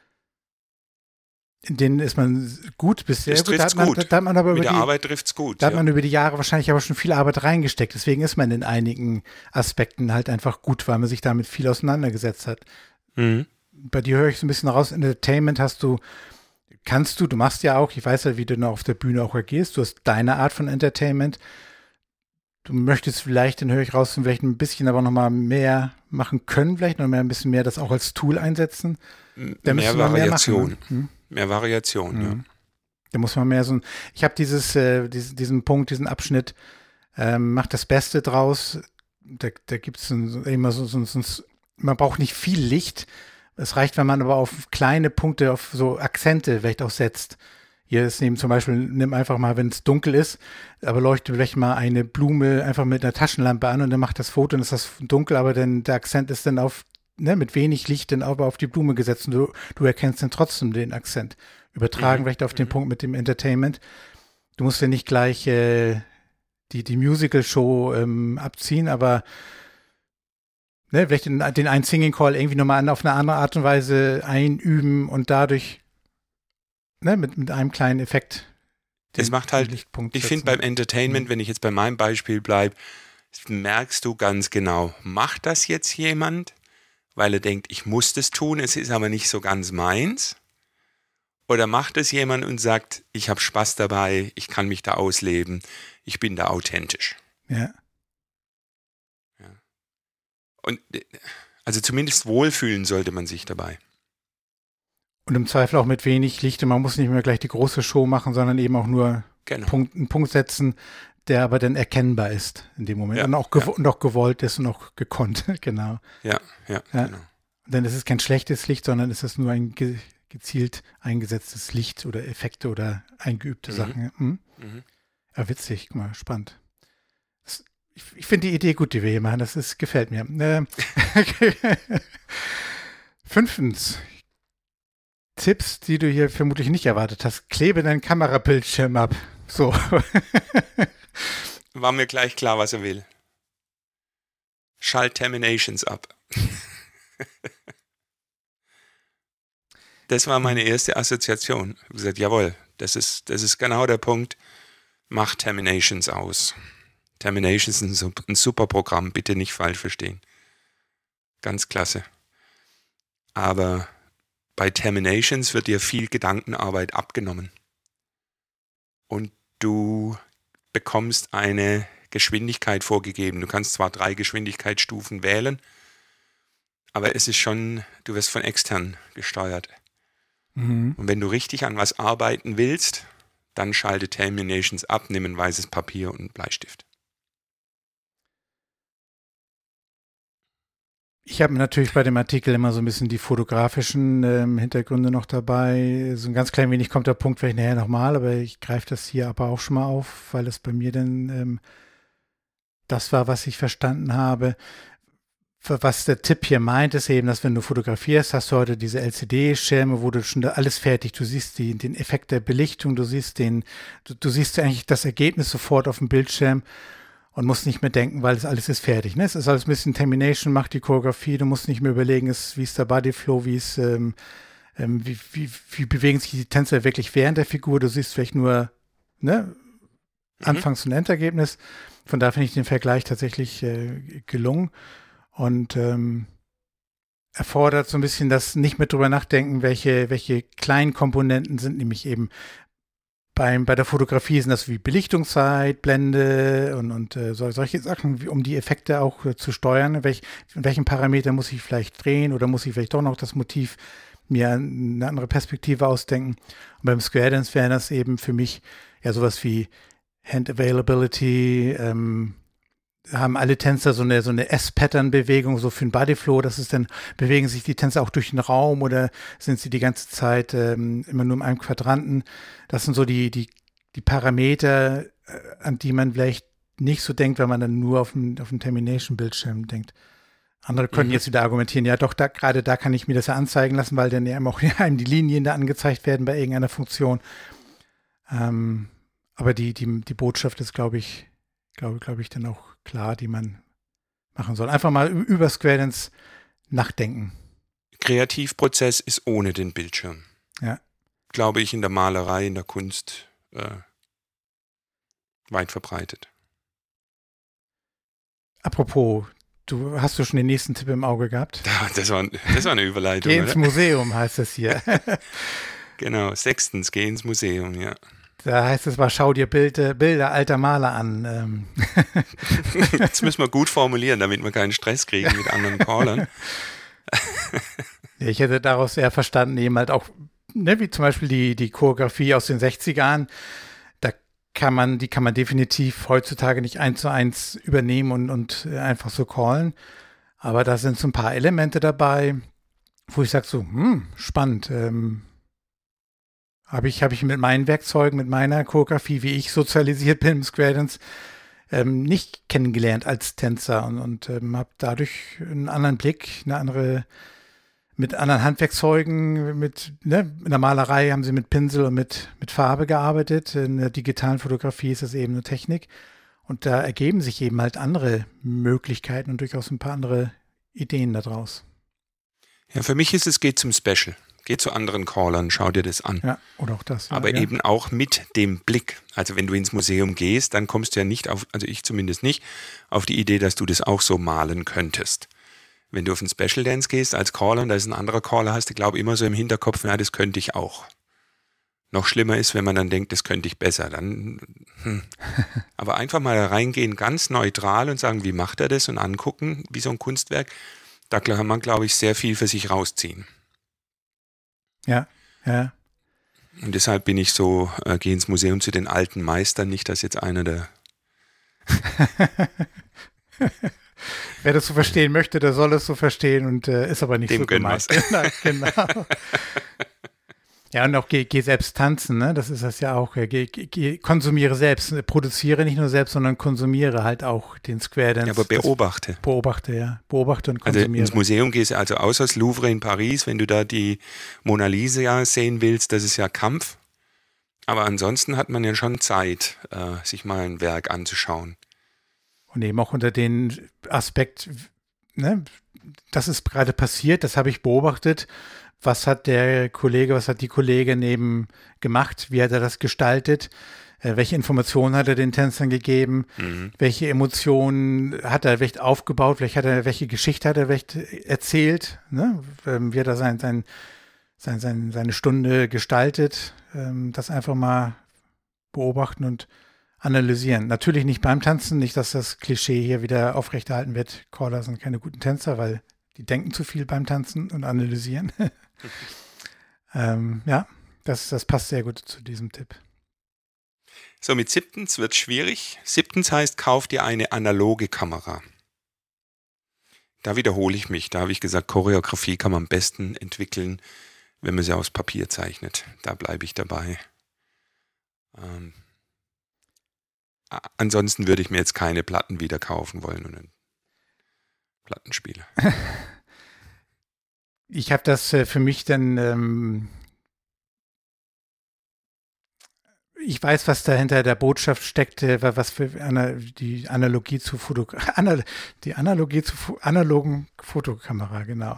in denen ist man gut bis sehr gut. Da hat man aber mit der Arbeit trifft's gut. Da hat man über die Jahre wahrscheinlich aber schon viel Arbeit reingesteckt. Deswegen ist man in einigen Aspekten halt einfach gut, weil man sich damit viel auseinandergesetzt hat. Mhm. Bei dir höre ich so ein bisschen raus, Entertainment du machst ja auch, ich weiß ja, wie du noch auf der Bühne auch agierst, du hast deine Art von Entertainment. Du möchtest vielleicht, dann höre ich raus, vielleicht ein bisschen aber nochmal mehr machen können, vielleicht noch mehr ein bisschen mehr das auch als Tool einsetzen. Mehr Variation. Mehr Variation, ja. Da muss man mehr ich habe diesen Punkt, diesen Abschnitt, mach das Beste draus. Da gibt es immer man braucht nicht viel Licht. Es reicht, wenn man aber auf kleine Punkte, auf so Akzente vielleicht auch setzt. Hier ist zum Beispiel, nimm einfach mal, wenn es dunkel ist, aber leuchte vielleicht mal eine Blume einfach mit einer Taschenlampe an und dann macht das Foto und ist das dunkel, aber dann der Akzent ist dann mit wenig Licht dann aber auf die Blume gesetzt und du erkennst dann trotzdem den Akzent. Übertragen vielleicht auf den Punkt mit dem Entertainment. Du musst ja nicht gleich die Musical-Show abziehen, aber vielleicht den einen Singing Call irgendwie nochmal auf eine andere Art und Weise einüben und dadurch mit einem kleinen Effekt. Es macht halt, ich finde beim Entertainment, wenn ich jetzt bei meinem Beispiel bleibe, merkst du ganz genau, macht das jetzt jemand, weil er denkt, ich muss das tun, es ist aber nicht so ganz meins? Oder macht es jemand und sagt, ich habe Spaß dabei, ich kann mich da ausleben, ich bin da authentisch? Ja. Und also zumindest wohlfühlen sollte man sich dabei. Und im Zweifel auch mit wenig Licht. Und man muss nicht mehr gleich die große Show machen, sondern eben auch nur einen Punkt setzen, der aber dann erkennbar ist in dem Moment. Ja, und auch gewollt ist und auch gekonnt. Genau. Ja, genau. Denn es ist kein schlechtes Licht, sondern es ist nur ein gezielt eingesetztes Licht oder Effekte oder eingeübte Sachen. Ja, witzig, guck mal, spannend. Ich finde die Idee gut, die wir hier machen. Das gefällt mir. 5. Tipps, die du hier vermutlich nicht erwartet hast. Klebe deinen Kamerabildschirm ab. So. War mir gleich klar, was er will. Schalt Terminations ab. Das war meine erste Assoziation. Ich habe gesagt, jawohl, das ist genau der Punkt. Mach Terminations aus. Terminations ist ein super Programm, bitte nicht falsch verstehen. Ganz klasse. Aber bei Terminations wird dir viel Gedankenarbeit abgenommen. Und du bekommst eine Geschwindigkeit vorgegeben. Du kannst zwar 3 Geschwindigkeitsstufen wählen, aber es ist schon, du wirst von extern gesteuert. Und wenn du richtig an was arbeiten willst, dann schalte Terminations ab, nimm ein weißes Papier und einen Bleistift. Ich habe natürlich bei dem Artikel immer so ein bisschen die fotografischen Hintergründe noch dabei. So ein ganz klein wenig kommt der Punkt vielleicht nachher nochmal, aber ich greife das hier aber auch schon mal auf, weil es bei mir dann das war, was ich verstanden habe. Was der Tipp hier meint, ist eben, dass wenn du fotografierst, hast du heute diese LCD-Schirme, wo du schon alles fertig, du siehst den Effekt der Belichtung, du siehst du siehst eigentlich das Ergebnis sofort auf dem Bildschirm und musst nicht mehr denken, weil alles ist fertig. Ne? Es ist alles ein bisschen Termination, macht die Choreografie, du musst nicht mehr überlegen, wie ist der Bodyflow, wie bewegen sich die Tänzer wirklich während der Figur, du siehst vielleicht nur Anfangs- und Endergebnis. Von daher finde ich den Vergleich tatsächlich gelungen. Und erfordert so ein bisschen das nicht mehr drüber nachdenken, welche kleinen Komponenten sind, nämlich eben bei der Fotografie sind das wie Belichtungszeit, Blende und solche Sachen, um die Effekte auch zu steuern. In welchen Parameter muss ich vielleicht drehen oder muss ich vielleicht doch noch das Motiv mir eine andere Perspektive ausdenken. Und beim Square Dance wäre das eben für mich ja sowas wie Hand Availability, haben alle Tänzer so eine S-Pattern-Bewegung, so für den Bodyflow, das ist dann, bewegen sich die Tänzer auch durch den Raum oder sind sie die ganze Zeit immer nur in einem Quadranten? Das sind so die Parameter, an die man vielleicht nicht so denkt, wenn man dann nur auf den Termination-Bildschirm denkt. Andere können jetzt wieder argumentieren, ja doch, gerade da kann ich mir das ja anzeigen lassen, weil dann ja auch die Linien da angezeigt werden bei irgendeiner Funktion. Aber die Botschaft ist, glaube ich, dann auch klar, die man machen soll. Einfach mal über Square Dance nachdenken. Kreativprozess ist ohne den Bildschirm. Ja. Glaube ich, in der Malerei, in der Kunst weit verbreitet. Apropos, hast du schon den nächsten Tipp im Auge gehabt? Das war eine Überleitung. Geh ins Museum, heißt das hier. Genau, 6. Geh ins Museum, ja. Da heißt es mal, schau dir Bilder alter Maler an. Das müssen wir gut formulieren, damit wir keinen Stress kriegen mit anderen Callern. Ich hätte daraus eher verstanden, eben halt auch, ne, wie zum Beispiel die Choreografie aus den 60ern, die kann man definitiv heutzutage nicht 1:1 übernehmen und einfach so callen. Aber da sind so ein paar Elemente dabei, wo ich sage so, spannend. Habe ich mit meinen Werkzeugen, mit meiner Choreografie, wie ich sozialisiert bin im Square Dance, nicht kennengelernt als Tänzer und habe dadurch einen anderen Blick, mit anderen Handwerkszeugen, in der Malerei haben sie mit Pinsel und mit Farbe gearbeitet, in der digitalen Fotografie ist das eben eine Technik und da ergeben sich eben halt andere Möglichkeiten und durchaus ein paar andere Ideen daraus. Ja, für mich geht zum Special. Geh zu anderen Callern, schau dir das an. Ja, oder auch das. Aber eben auch mit dem Blick. Also wenn du ins Museum gehst, dann kommst du ja nicht also ich zumindest nicht, auf die Idee, dass du das auch so malen könntest. Wenn du auf einen Special Dance gehst als Caller und da ist ein anderer Caller, hast du, glaube ich, immer so im Hinterkopf, na, das könnte ich auch. Noch schlimmer ist, wenn man dann denkt, das könnte ich besser. Aber einfach mal reingehen, ganz neutral und sagen, wie macht er das und angucken, wie so ein Kunstwerk. Da kann man, glaube ich, sehr viel für sich rausziehen. Ja. Und deshalb bin ich so, gehe ins Museum zu den alten Meistern, nicht, dass jetzt einer der... Wer das so verstehen möchte, der soll es so verstehen und ist aber nicht dem so gemeint. Genau. Ja, und auch geh selbst tanzen, ne? Das ist das ja auch. Konsumiere selbst. Produziere nicht nur selbst, sondern konsumiere halt auch den Square Dance. Ja, aber beobachte. Beobachte und konsumiere. Also ins Museum gehst du also außer das Louvre in Paris, wenn du da die Mona Lisa sehen willst, das ist ja Kampf. Aber ansonsten hat man ja schon Zeit, sich mal ein Werk anzuschauen. Und eben auch unter den Aspekt, ne, das ist gerade passiert, das habe ich beobachtet. Was hat die Kollegin eben gemacht? Wie hat er das gestaltet? Welche Informationen hat er den Tänzern gegeben? Welche Emotionen hat er vielleicht aufgebaut? Welche Geschichte hat er vielleicht erzählt? Ne? Wie hat er seine Stunde gestaltet? Das einfach mal beobachten und analysieren. Natürlich nicht beim Tanzen, nicht, dass das Klischee hier wieder aufrechterhalten wird. Caller sind keine guten Tänzer, weil die denken zu viel beim Tanzen und analysieren. Ja, das passt sehr gut zu diesem Tipp. So, mit 7. wird es schwierig. 7. heißt, kauf dir eine analoge Kamera. Da wiederhole ich mich. Da habe ich gesagt, Choreografie kann man am besten entwickeln, wenn man sie aus Papier zeichnet. Da bleibe ich dabei. Ansonsten würde ich mir jetzt keine Platten wieder kaufen wollen und einen Plattenspieler. Ich habe das für mich dann, ich weiß, was dahinter der Botschaft steckte, was für die Analogie zu analogen Fotokamera, genau.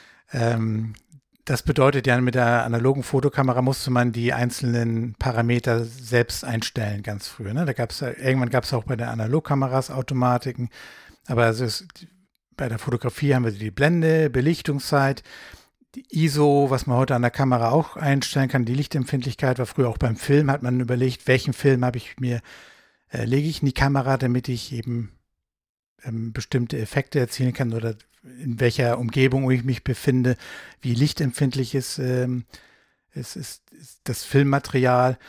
Das bedeutet ja, mit der analogen Fotokamera musste man die einzelnen Parameter selbst einstellen, ganz früher. Ne? Irgendwann gab es auch bei den Analogkameras Automatiken, aber bei der Fotografie haben wir die Blende, Belichtungszeit, die ISO, was man heute an der Kamera auch einstellen kann, die Lichtempfindlichkeit war früher auch beim Film, hat man überlegt, welchen Film lege ich in die Kamera, damit ich eben bestimmte Effekte erzielen kann oder in welcher Umgebung ich mich befinde, wie lichtempfindlich ist das Filmmaterial.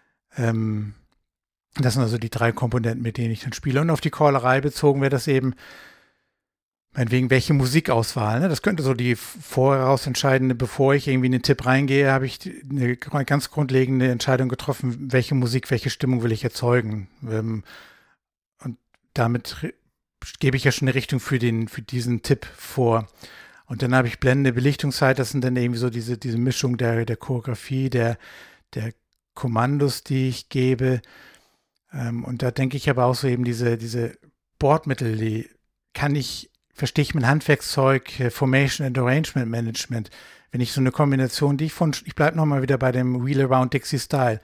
Das sind also die 3 Komponenten, mit denen ich dann spiele. Und auf die Callerei bezogen wäre das eben, meinetwegen, welche Musikauswahl. Ne? Das könnte so die vorausentscheidende, bevor ich irgendwie in den Tipp reingehe, habe ich eine ganz grundlegende Entscheidung getroffen, welche Musik, welche Stimmung will ich erzeugen. Und damit gebe ich ja schon eine Richtung für diesen Tipp vor. Und dann habe ich Blende, Belichtungszeit, das sind dann irgendwie so diese Mischung der Choreografie, der Kommandos, die ich gebe. Und da denke ich aber auch so eben diese Bordmittel, die verstehe ich mein Handwerkszeug, Formation and Arrangement Management. Wenn ich so eine Kombination, ich bleibe nochmal wieder bei dem Wheel Around Dixie Style.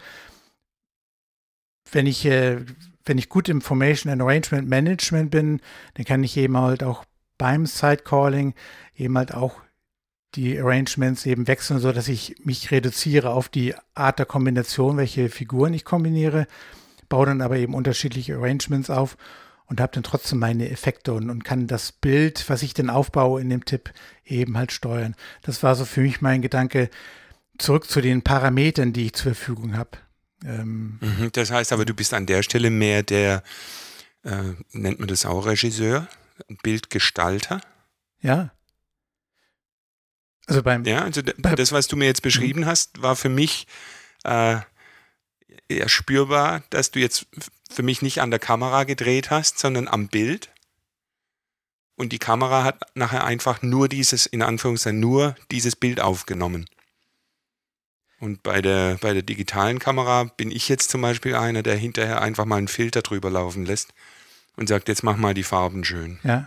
Wenn ich gut im Formation and Arrangement Management bin, dann kann ich eben halt auch beim Sidecalling eben halt auch die Arrangements eben wechseln, so dass ich mich reduziere auf die Art der Kombination, welche Figuren ich kombiniere, baue dann aber eben unterschiedliche Arrangements auf und habe dann trotzdem meine Effekte und kann das Bild, was ich dann aufbaue in dem Tipp, eben halt steuern. Das war so für mich mein Gedanke, zurück zu den Parametern, die ich zur Verfügung habe. Das heißt aber, du bist an der Stelle mehr der, nennt man das auch Regisseur, Bildgestalter? Ja. Also das, was du mir jetzt beschrieben hast, war für mich eher spürbar, dass du jetzt für mich nicht an der Kamera gedreht hast, sondern am Bild. Und die Kamera hat nachher einfach nur dieses Bild aufgenommen. Und bei der digitalen Kamera bin ich jetzt zum Beispiel einer, der hinterher einfach mal einen Filter drüber laufen lässt und sagt, jetzt mach mal die Farben schön. Ja.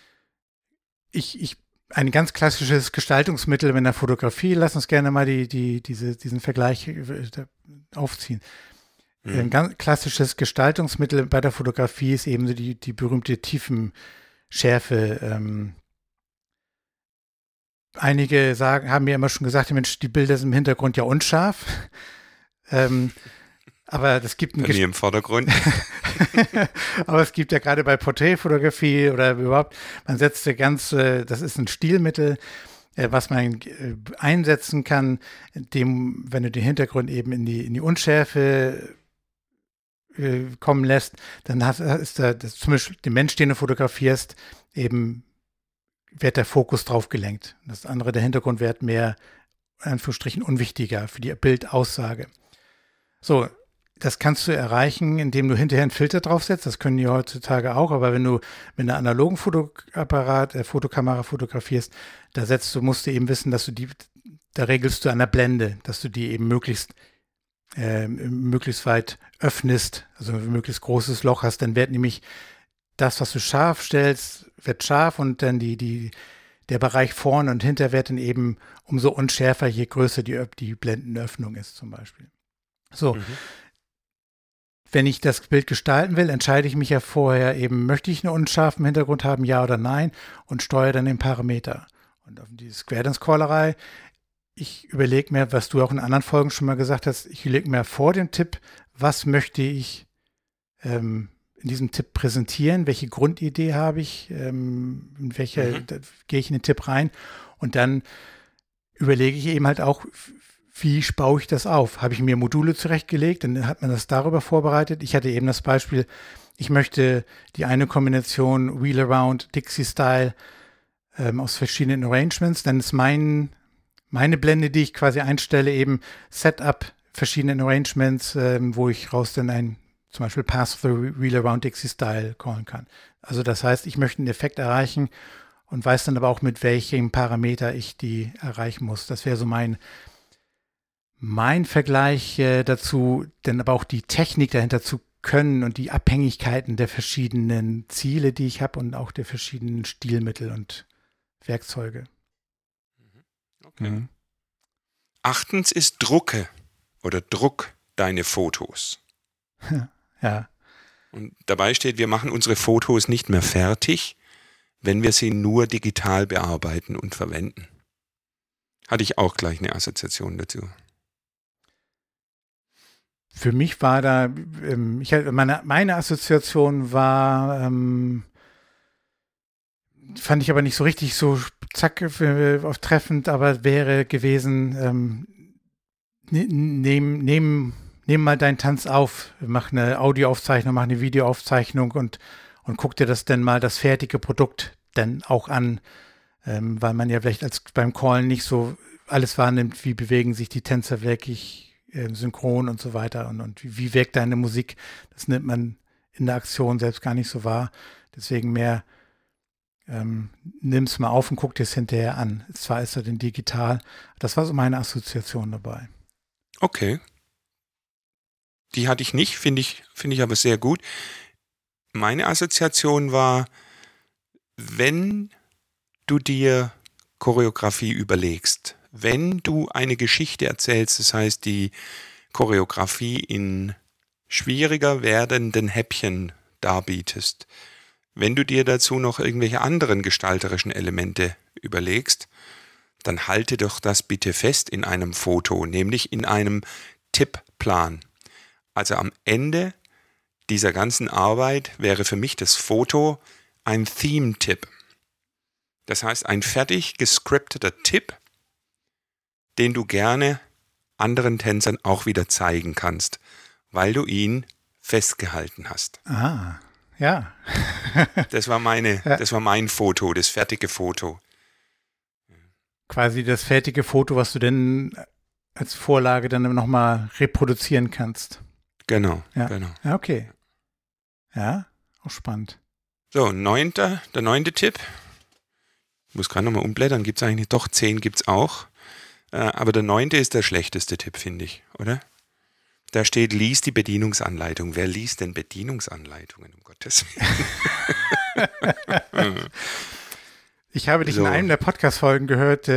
Ein ganz klassisches Gestaltungsmittel in der Fotografie, lass uns gerne mal diesen Vergleich aufziehen. Ein ganz klassisches Gestaltungsmittel bei der Fotografie ist eben die berühmte Tiefenschärfe. Einige haben mir immer schon gesagt, Mensch, die Bilder sind im Hintergrund ja unscharf. Aber das gibt bei mir im Vordergrund. Aber es gibt ja gerade bei Porträtfotografie oder überhaupt, man setzt das ist ein Stilmittel, was man einsetzen kann, wenn du den Hintergrund eben in die Unschärfe kommen lässt, dann ist da zum Beispiel den Mensch, den du fotografierst, eben wird der Fokus drauf gelenkt. Das andere, der Hintergrund wird mehr, in Anführungsstrichen, unwichtiger für die Bildaussage. So, das kannst du erreichen, indem du hinterher einen Filter draufsetzt. Das können die heutzutage auch, aber wenn du mit einer analogen Fotokamera fotografierst, musst du eben wissen, dass da regelst du an der Blende, dass du die eben möglichst weit öffnest, also ein möglichst großes Loch hast, dann wird nämlich das, was du scharf stellst, wird scharf und dann der Bereich vorne und hinter wird dann eben umso unschärfer, je größer die Blendenöffnung ist zum Beispiel. So, Wenn ich das Bild gestalten will, entscheide ich mich ja vorher eben, möchte ich einen unscharfen Hintergrund haben, ja oder nein, und steuere dann den Parameter. Und auf die Square Dance Callerei, ich überlege mir, was du auch in anderen Folgen schon mal gesagt hast, ich überlege mir vor dem Tipp, was möchte ich in diesem Tipp präsentieren, welche Grundidee habe ich, in welche gehe ich in den Tipp rein und dann überlege ich eben halt auch, wie baue ich das auf? Habe ich mir Module zurechtgelegt, dann hat man das darüber vorbereitet. Ich hatte eben das Beispiel, ich möchte die eine Kombination Wheel Around Dixie Style aus verschiedenen Arrangements, dann ist meine Blende, die ich quasi einstelle, eben Setup verschiedenen Arrangements, wo ich raus dann zum Beispiel Pass of the Wheel Around Dixie Style callen kann. Also das heißt, ich möchte einen Effekt erreichen und weiß dann aber auch, mit welchem Parameter ich die erreichen muss. Das wäre so mein Vergleich dazu, denn aber auch die Technik dahinter zu können und die Abhängigkeiten der verschiedenen Ziele, die ich habe und auch der verschiedenen Stilmittel und Werkzeuge. Okay. 8. ist Druck deine Fotos. Ja. Und dabei steht, wir machen unsere Fotos nicht mehr fertig, wenn wir sie nur digital bearbeiten und verwenden. Hatte ich auch gleich eine Assoziation dazu. Für mich war da, meine Assoziation war, fand ich aber nicht so richtig so zack auf treffend, aber wäre gewesen, nehm mal deinen Tanz auf, mach eine Audioaufzeichnung, mach eine Videoaufzeichnung und guck dir das fertige Produkt dann auch an, weil man ja vielleicht als beim Callen nicht so alles wahrnimmt, wie bewegen sich die Tänzer wirklich synchron und so weiter und wie wirkt deine Musik, das nimmt man in der Aktion selbst gar nicht so wahr. Deswegen mehr nimm's mal auf und guck dir es hinterher an. Zwar ist er denn digital, das war so meine Assoziation dabei. Okay. Die hatte ich nicht, finde ich aber sehr gut. Meine Assoziation war, wenn du dir Choreografie überlegst, wenn du eine Geschichte erzählst, das heißt die Choreografie in schwieriger werdenden Häppchen darbietest, wenn du dir dazu noch irgendwelche anderen gestalterischen Elemente überlegst, dann halte doch das bitte fest in einem Foto, nämlich in einem Tippplan. Also am Ende dieser ganzen Arbeit wäre für mich das Foto ein Theme-Tipp. Das heißt, ein fertig gescripteter Tipp, den du gerne anderen Tänzern auch wieder zeigen kannst, weil du ihn festgehalten hast. Ah, ja. Das war mein Foto, das fertige Foto. Quasi das fertige Foto, was du denn als Vorlage dann nochmal reproduzieren kannst. Genau, ja. Genau. Ja, okay. Ja, auch spannend. So, der 9. Tipp. Ich muss gerade nochmal umblättern, gibt es eigentlich doch 10 gibt es auch. Aber der 9. ist der schlechteste Tipp, finde ich, oder? Da steht, lies die Bedienungsanleitung. Wer liest denn Bedienungsanleitungen, um Gottes Willen? Ich habe dich in einem der Podcast-Folgen gehört.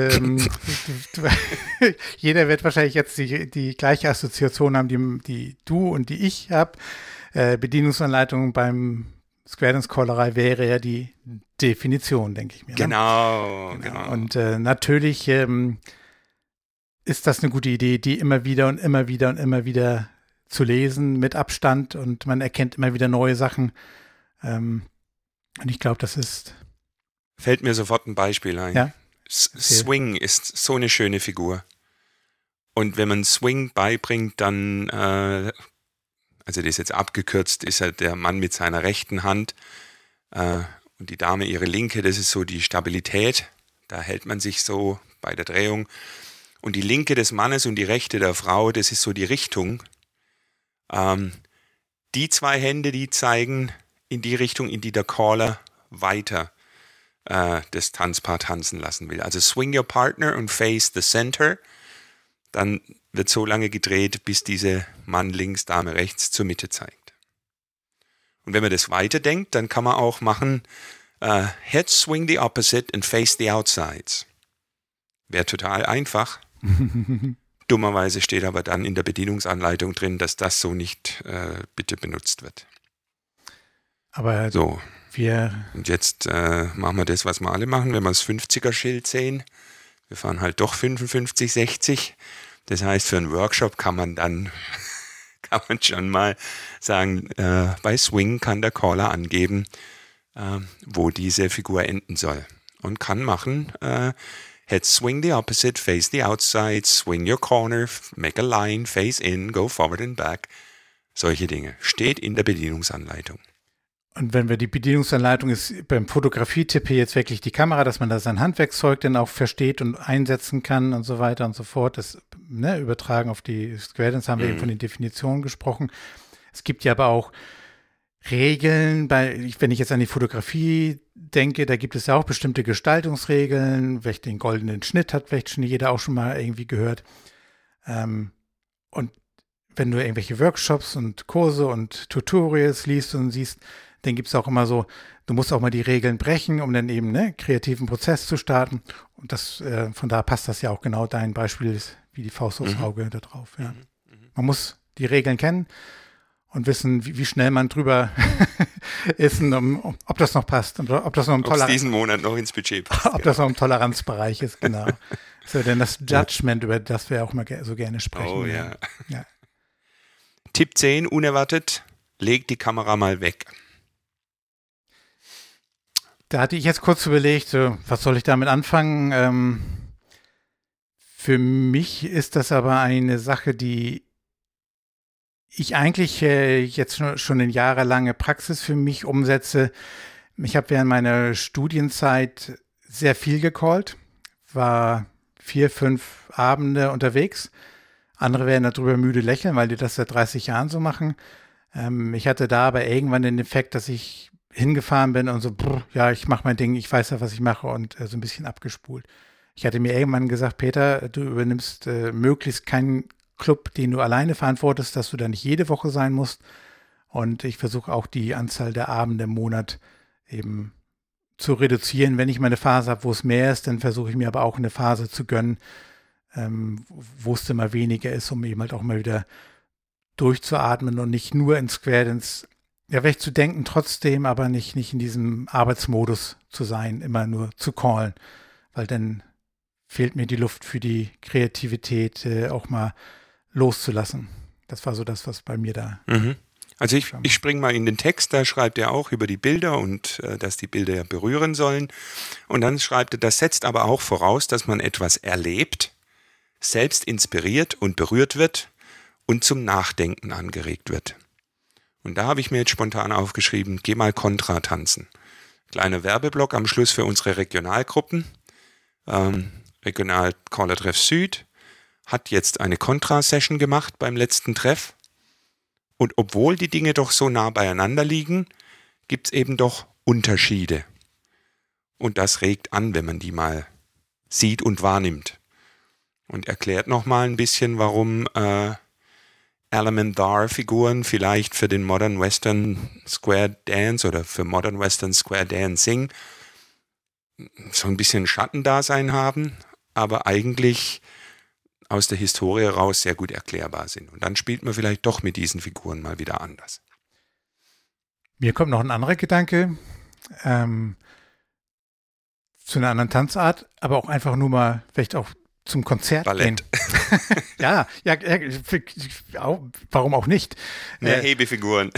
Jeder wird wahrscheinlich jetzt die gleiche Assoziation haben, die du und die ich habe. Bedienungsanleitung beim Square Dance Callerei wäre ja die Definition, denke ich mir. Genau. Und natürlich ist das eine gute Idee, die immer wieder und immer wieder und immer wieder zu lesen mit Abstand und man erkennt immer wieder neue Sachen. Und ich glaube, das ist... Fällt mir sofort ein Beispiel ein. Ja? Swing ist so eine schöne Figur. Und wenn man Swing beibringt, dann, also das ist jetzt abgekürzt, ist ja der Mann mit seiner rechten Hand und die Dame ihre linke, das ist so die Stabilität. Da hält man sich so bei der Drehung. Und die linke des Mannes und die rechte der Frau, das ist so die Richtung. Die 2 Hände, die zeigen in die Richtung, in die der Caller weiter das Tanzpaar tanzen lassen will. Also swing your partner und face the center. Dann wird so lange gedreht, bis diese Mann links, Dame rechts zur Mitte zeigt. Und wenn man das weiterdenkt, dann kann man auch machen head swing the opposite and face the outsides. Wäre total einfach. Dummerweise steht aber dann in der Bedienungsanleitung drin, dass das so nicht bitte benutzt wird. Aber so. Und jetzt machen wir das, was wir alle machen, wenn wir das 50er-Schild sehen. Wir fahren halt doch 55, 60. Das heißt, für einen Workshop kann man schon mal sagen, bei Swing kann der Caller angeben, wo diese Figur enden soll. Und kann machen, head swing the opposite, face the outside, swing your corner, make a line, face in, go forward and back. Solche Dinge. Steht in der Bedienungsanleitung. Und wenn wir die Bedienungsanleitung ist beim Fotografie-Tipp hier jetzt wirklich die Kamera, dass man da sein Handwerkszeug dann auch versteht und einsetzen kann und so weiter und so fort. Das übertragen auf die Square Dance haben wir eben von den Definitionen gesprochen. Es gibt ja aber auch Regeln, wenn ich jetzt an die Fotografie denke, da gibt es ja auch bestimmte Gestaltungsregeln. Vielleicht den goldenen Schnitt hat vielleicht schon jeder auch schon mal irgendwie gehört. Und wenn du irgendwelche Workshops und Kurse und Tutorials liest und siehst, dann gibt es auch immer so, du musst auch mal die Regeln brechen, um dann eben kreativen Prozess zu starten. Und das von da passt das ja auch genau. Dein Beispiel ist wie die Faust aufs Auge da drauf. Ja. Man muss die Regeln kennen und wissen, wie schnell man drüber ist, und ob das noch passt. Und ob das noch im diesen Monat noch ins Budget passt. Ob das noch im Toleranzbereich ist, genau. So, denn das Judgment, über das wir auch mal so gerne sprechen. Oh ja. Tipp 10, unerwartet, leg die Kamera mal weg. Da hatte ich jetzt kurz überlegt, so, was soll ich damit anfangen? Für mich ist das aber eine Sache, die ich eigentlich jetzt schon in jahrelange Praxis für mich umsetze. Ich habe während meiner Studienzeit sehr viel gecallt, war 4, 5 Abende unterwegs. Andere werden darüber müde lächeln, weil die das seit 30 Jahren so machen. Ich hatte da aber irgendwann den Effekt, dass ich hingefahren bin und so, ich mache mein Ding, ich weiß ja, was ich mache und so ein bisschen abgespult. Ich hatte mir irgendwann gesagt, Peter, du übernimmst möglichst keinen Club, den du alleine verantwortest, dass du da nicht jede Woche sein musst. Und ich versuche auch die Anzahl der Abende im Monat eben zu reduzieren. Wenn ich mal eine Phase habe, wo es mehr ist, dann versuche ich mir aber auch eine Phase zu gönnen, wo es immer weniger ist, um eben halt auch mal wieder durchzuatmen und nicht nur ins Square Dance wegzudenken, trotzdem aber nicht in diesem Arbeitsmodus zu sein, immer nur zu callen, weil dann fehlt mir die Luft für die Kreativität, auch mal loszulassen. Das war so das, was bei mir da. Also ich springe mal in den Text, da schreibt er auch über die Bilder und dass die Bilder ja berühren sollen. Und dann schreibt er, das setzt aber auch voraus, dass man etwas erlebt, selbst inspiriert und berührt wird und zum Nachdenken angeregt wird. Und da habe ich mir jetzt spontan aufgeschrieben, geh mal Kontra tanzen. Kleiner Werbeblock am Schluss für unsere Regionalgruppen. Regional-Caller-Treff Süd hat jetzt eine Kontra-Session gemacht beim letzten Treff. Und obwohl die Dinge doch so nah beieinander liegen, gibt es eben doch Unterschiede. Und das regt an, wenn man die mal sieht und wahrnimmt. Und erklärt nochmal ein bisschen, warum Elementar-Figuren vielleicht für den Modern Western Square Dance oder für Modern Western Square Dancing so ein bisschen Schattendasein haben, aber eigentlich aus der Historie raus sehr gut erklärbar sind. Und dann spielt man vielleicht doch mit diesen Figuren mal wieder anders. Mir kommt noch ein anderer Gedanke zu einer anderen Tanzart, aber auch einfach nur mal vielleicht auch zum Konzert Ballett. gehen. ja, warum auch nicht? Mehr Hebefiguren.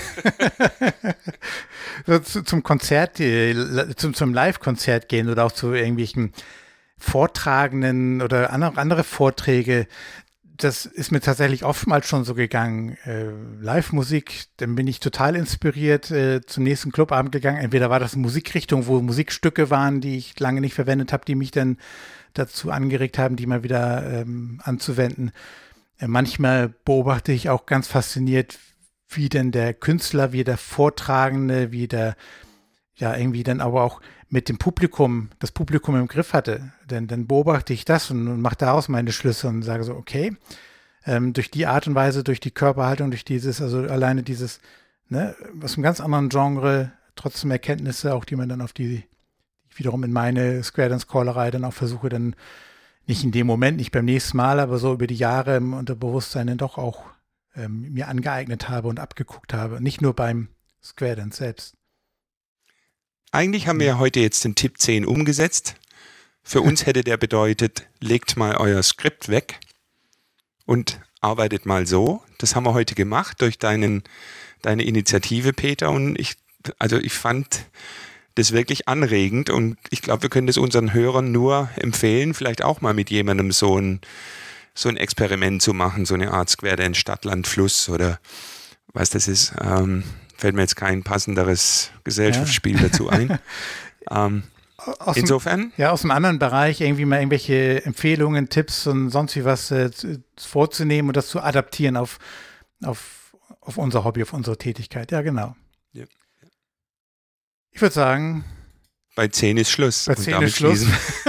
Zum Konzert, zum Live-Konzert gehen oder auch zu irgendwelchen Vortragenden oder andere Vorträge. Das ist mir tatsächlich oftmals schon so gegangen. Live-Musik, dann bin ich total inspiriert zum nächsten Clubabend gegangen. Entweder war das eine Musikrichtung, wo Musikstücke waren, die ich lange nicht verwendet habe, die mich dann dazu angeregt haben, die mal wieder anzuwenden. Manchmal beobachte ich auch ganz fasziniert, wie denn der Künstler, wie der Vortragende, wie der irgendwie dann aber auch mit dem Publikum, das Publikum im Griff hatte. Denn dann beobachte ich das und mache daraus meine Schlüsse und sage so, okay, durch die Art und Weise, durch die Körperhaltung, durch dieses, also alleine dieses, aus einem ganz anderen Genre, trotzdem Erkenntnisse, auch die man dann auf die ich wiederum in meine Square Dance Callerei dann auch versuche, dann nicht in dem Moment, nicht beim nächsten Mal, aber so über die Jahre im Unterbewusstsein dann doch auch mir angeeignet habe und abgeguckt habe. Nicht nur beim Square Dance selbst. Eigentlich haben wir ja heute jetzt den Tipp 10 umgesetzt. Für uns hätte der bedeutet, legt mal euer Skript weg und arbeitet mal so. Das haben wir heute gemacht durch deine Initiative, Peter. Und ich fand das wirklich anregend und ich glaube, wir können das unseren Hörern nur empfehlen, vielleicht auch mal mit jemandem so ein Experiment zu machen, so eine Art Square Dance Stadt, Land, Fluss oder was das ist. Fällt mir jetzt kein passenderes Gesellschaftsspiel dazu ein. Insofern? Aus einem anderen Bereich irgendwie mal irgendwelche Empfehlungen, Tipps und sonst wie was vorzunehmen und das zu adaptieren auf unser Hobby, auf unsere Tätigkeit. Ja, genau. Ja. Ich würde sagen, bei 10 ist Schluss. Bei 10 ist Schluss.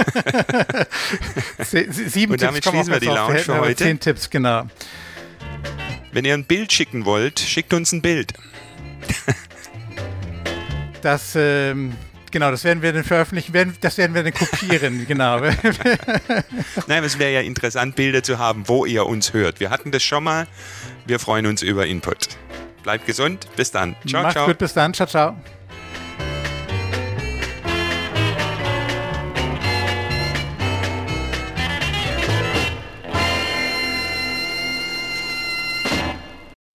7 und damit schließen wir die Lounge für heute. 10 Tipps, genau. Wenn ihr ein Bild schicken wollt, schickt uns ein Bild. Das werden wir dann veröffentlichen, das werden wir dann kopieren, genau. Nein, es wäre ja interessant, Bilder zu haben, wo ihr uns hört. Wir hatten das schon mal. Wir freuen uns über Input. Bleibt gesund. Bis dann. Ciao, Macht's ciao. gut, bis dann. Ciao, ciao.